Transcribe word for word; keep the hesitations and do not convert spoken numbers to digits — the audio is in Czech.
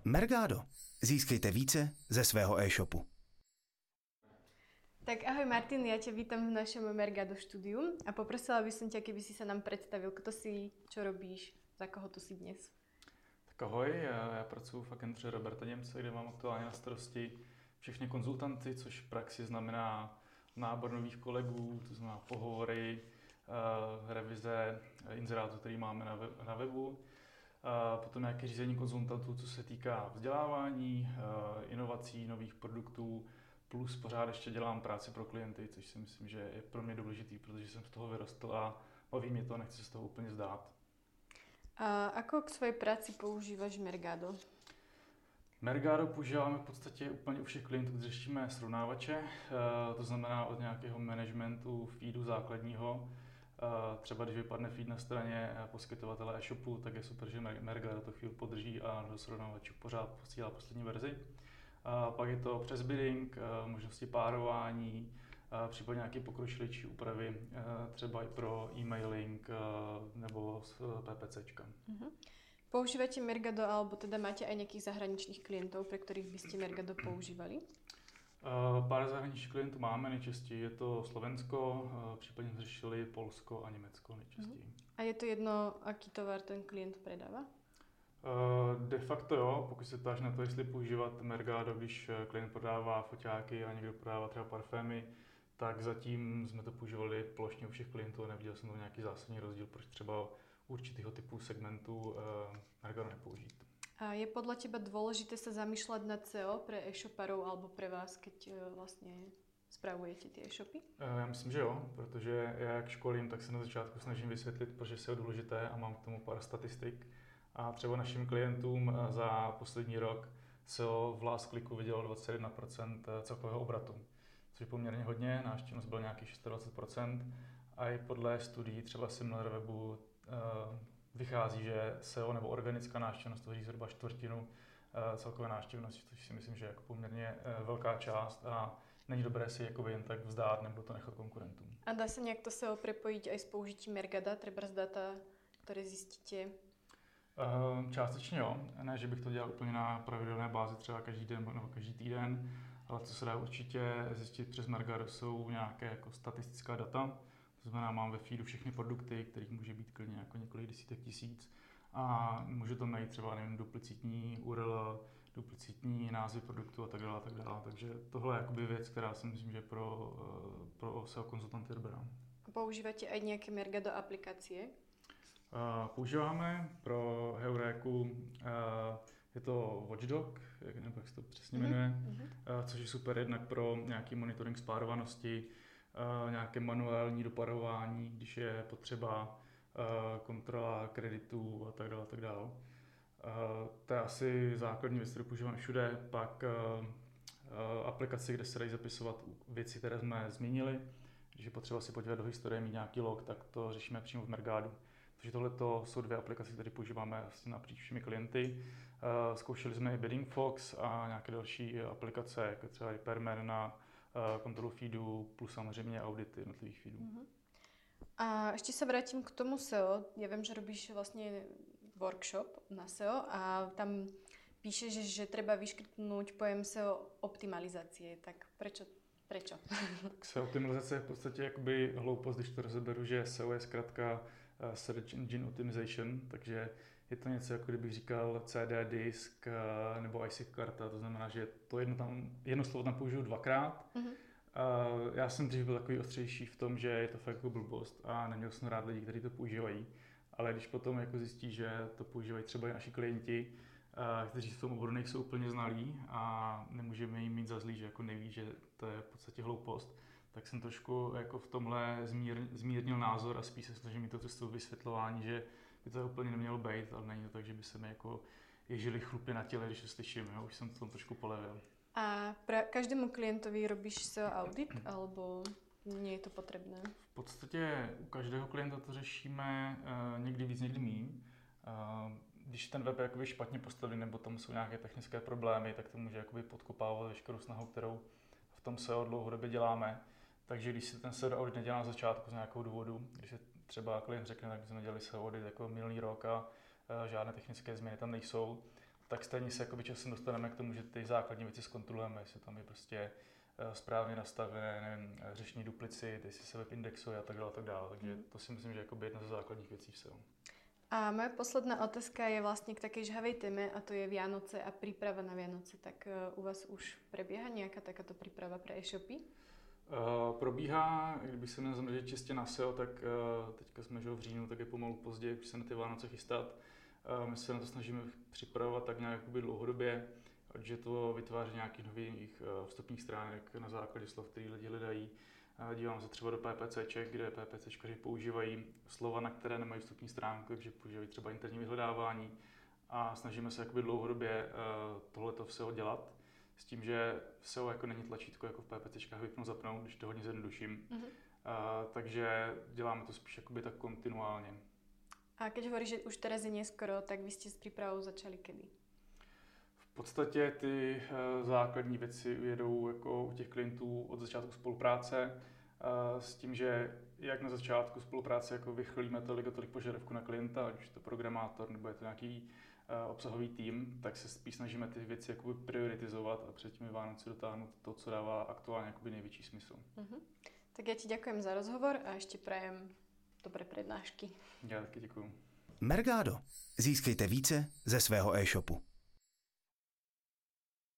Mergado. Získejte více ze svého e-shopu. Tak ahoj Martin, ja ťa vítam v našom Mergado štúdiu a poprosila by som ťa, keby si sa nám predstavil, kto si, čo robíš, za koho tu si dnes. Tak ahoj, já, já pracuji v agentuře Roberta Němce, kde mám aktuálně na starosti všechny konzultanty, což v praxi znamená nábor nových kolegů, to znamená pohovory, revize inzerátů, který máme na, web, na webu, potom nějaké řízení konzultantů, co se týká vzdělávání, inovací, nových produktů, plus pořád ještě dělám práci pro klienty, což si myslím, že je pro mě důležitý, protože jsem z toho vyrostl a baví mě to a nechci se z toho úplně zdát. A ako k svojej práci používaš Mergado? Mergado používáme v podstatě úplně u všech klientů, kde řešíme srovnávače, to znamená od nějakého managementu feedu základního. Třeba když vypadne feed na straně poskytovatele e-shopu, tak je super, že Mergado to chvíli podrží a do srovnávačů pořád posílá poslední verzi. A pak je to přes bidding, možnosti párování, případně nějaké pokročilejší úpravy, třeba i pro e-mailing nebo PPCčka. Uh-huh. Používate Mergado, alebo teda máte aj nejakých zahraničných klientov, pre ktorých by ste Mergado používali? Pár zahraničních klientů máme, nejčastěji je to Slovensko, případně řešili Polsko a Německo nejčastěji. Uh-huh. A je to jedno, aký tovar ten klient predáva? De facto jo, pokud se ptáš na to, jestli používat Mergado, když klient prodává foťáky a někdo prodává třeba parfémy, tak zatím jsme to používali plošně u všech klientů a neviděl jsem tam nějaký zásadní rozdíl, proč třeba určitého typu segmentu Mergado nepoužít. A je podľa teba dôležité sa zamýšľať nad es e o pre e-shoparov alebo pre vás, keď vlastne spravujete ty e-shopy? Já myslím, že jo, protože já jak školím, tak se na začátku snažím vysvětlit, proč je es e o důležité a mám k tomu pár statistik. A třeba našim klientům za poslední rok es e o v Last Clicku vydělalo dvacet jedna procent celkového obratu, což je poměrně hodně, návštěvnost byla nějakých dvacet šest procent a i podle studií třeba SimilarWebu vychází, že es e o nebo organická návštěvnost tvoří zhruba čtvrtinu celkové návštěvnosti, což si myslím, že je jako poměrně velká část a není dobré si jako jen tak vzdát nebo to nechat konkurentům. A dá se nějak to es e o prepojiť aj s použitím Mergada, třeba z data, které zjistíte? Částečně jo, ne, že bych to dělal úplně na pravidelné bázi třeba každý den nebo každý týden, ale co se dá určitě zjistit přes Mergado jsou nějaké jako statistická data. To znamená, mám ve feedu všechny produkty, kterých může být klidně jako několik desítek tisíc a můžu tam najít třeba nevím, duplicitní U R L, duplicitní názvy produktu a tak dále, a tak dále. Takže tohle je jakoby věc, která si myslím, že pro, pro es e o konzultanty dobrá. Používáte aj nějaké Mergado aplikácie? Uh, používáme pro Heuréku, uh, je to Watchdog, nebo jak se to přesně jmenuje, mm-hmm. uh, což je super jednak pro nějaký monitoring spárovanosti, uh, nějaké manuální doparování, když je potřeba uh, kontrola kreditů a tak dále, tak dále. Uh, to je asi základní věc, kterou používáme všude, pak uh, uh, aplikace, kde se dají zapisovat věci, které jsme zmínili. Když je potřeba si podívat do historie, mít nějaký log, tak to řešíme přímo v Mergadu. Takže tohle jsou dvě aplikace, které používáme vlastně napříč všemi klienty. Uh, zkoušeli jsme i Bidding Fox a nějaké další aplikace, jako třeba Hyperman na uh, kontrolu feedu, plus samozřejmě audity jednotlivých feedů. Uh-huh. A ještě se vrátím k tomu es e o. Já vím, že robíš vlastně workshop na es e o a tam píšeš, že treba vyškrtnúť pojem es e o optimalizácie. Tak prečo? Prečo? Tak es e o optimalizace je v podstatě jakoby hloupost, když to rozeberu, že es e o je zkrátka Search Engine Optimization, takže je to něco, jako kdybych říkal C D disk nebo I C karta, to znamená, že to jedno, tam, jedno slovo tam použiju dvakrát. Mm-hmm. Já jsem dřív byl takový ostřejší v tom, že je to fakt jako blbost a neměl jsem rád lidi, kteří to používají, ale když potom jako zjistí, že to používají třeba i naši klienti, kteří v tom oboru nejsou úplně znalí a nemůžeme jim mít za zlý, že jako neví, že to je v podstatě hloupost, tak jsem trošku jako v tomhle zmír, zmírnil názor a spíš se snažím mít to cestou vysvětlování, že by to úplně nemělo být, ale není to tak, že by se mi jako ježili chlupy na těle, když to slyším, jo? Už jsem v tom trošku polevil. A pre každému klientovi robíš es e o audit, alebo nie je to potrebné? V podstatě u každého klienta to řešíme uh, někdy víc, někdy míň. Uh, když ten web je jakoby špatně postavený nebo tam jsou nějaké technické problémy, tak to může jakoby podkopávat veškerou snahu, kterou v tom es e o dlouhodobě děláme. Takže když se ten es e o audit nedělá na začátku z nějakého důvodu, když se třeba klient řekne, tak jsme dělali es e o audit jako minulý rok a uh, žádné technické změny tam nejsou, tak stejně se jakoby časem dostaneme k tomu, že ty základní věci zkontrolujeme, jestli tam je prostě správně nastavené, nevím, řešení duplicit, jestli se web indexuje a tak dále, a tak dále. Takže to si myslím, že je jakoby jedna ze základních věcí v S E O. A moja posledná otázka je vlastne k takej žhavej téme a to je Vianoce a príprava na Vianoce. Tak uh, u vás už prebieha nejaká takáto príprava pre e-shopy? Uh, probíhá, kdyby se měl zaměřit čistě na S E O, tak uh, teďka jsme že v říjnu, tak je pomalu pozdě, už se na ty Vánoce chystat. Uh, my se na to snažíme připravovat tak nějak dlouhodobě, že to vytváří nějakých nových uh, vstupních stránek na základě slov, které lidi hledají. Uh, dívám se třeba do PPCček, kde PPCčkaři používají slova, na které nemají vstupní stránku, takže používají třeba interní vyhledávání a snažíme se jakoby dlouhodobě uh, tohleto v S E O dělat. S tím, že S E O jako není tlačítko jako v PPCčkách vypnout, zapnout, když to hodně zjednoduším. Mm-hmm. Uh, takže děláme to spíš jakoby tak kontinuálně. A keď hovoríš, že už teraz je neskoro, tak vy ste s prípravou začali kedy? V podstatě ty uh, základní věci jedou jako u těch klientů od začátku spolupráce uh, s tím, že jak na začátku spolupráce jako vychlíme tolik a tolik požadavků na klienta, ať už je to programátor nebo je to nějaký uh, obsahový tým, tak se spíš snažíme ty věci jakoby prioritizovat a před těmi Vánoci dotáhnout to, co dává aktuálně jakoby největší smysl. Uh-huh. Tak ja ti ďakujem za rozhovor a ešte prajem dobré prednášky. Já taky děkuju. Mergado. Získejte více ze svého e-shopu.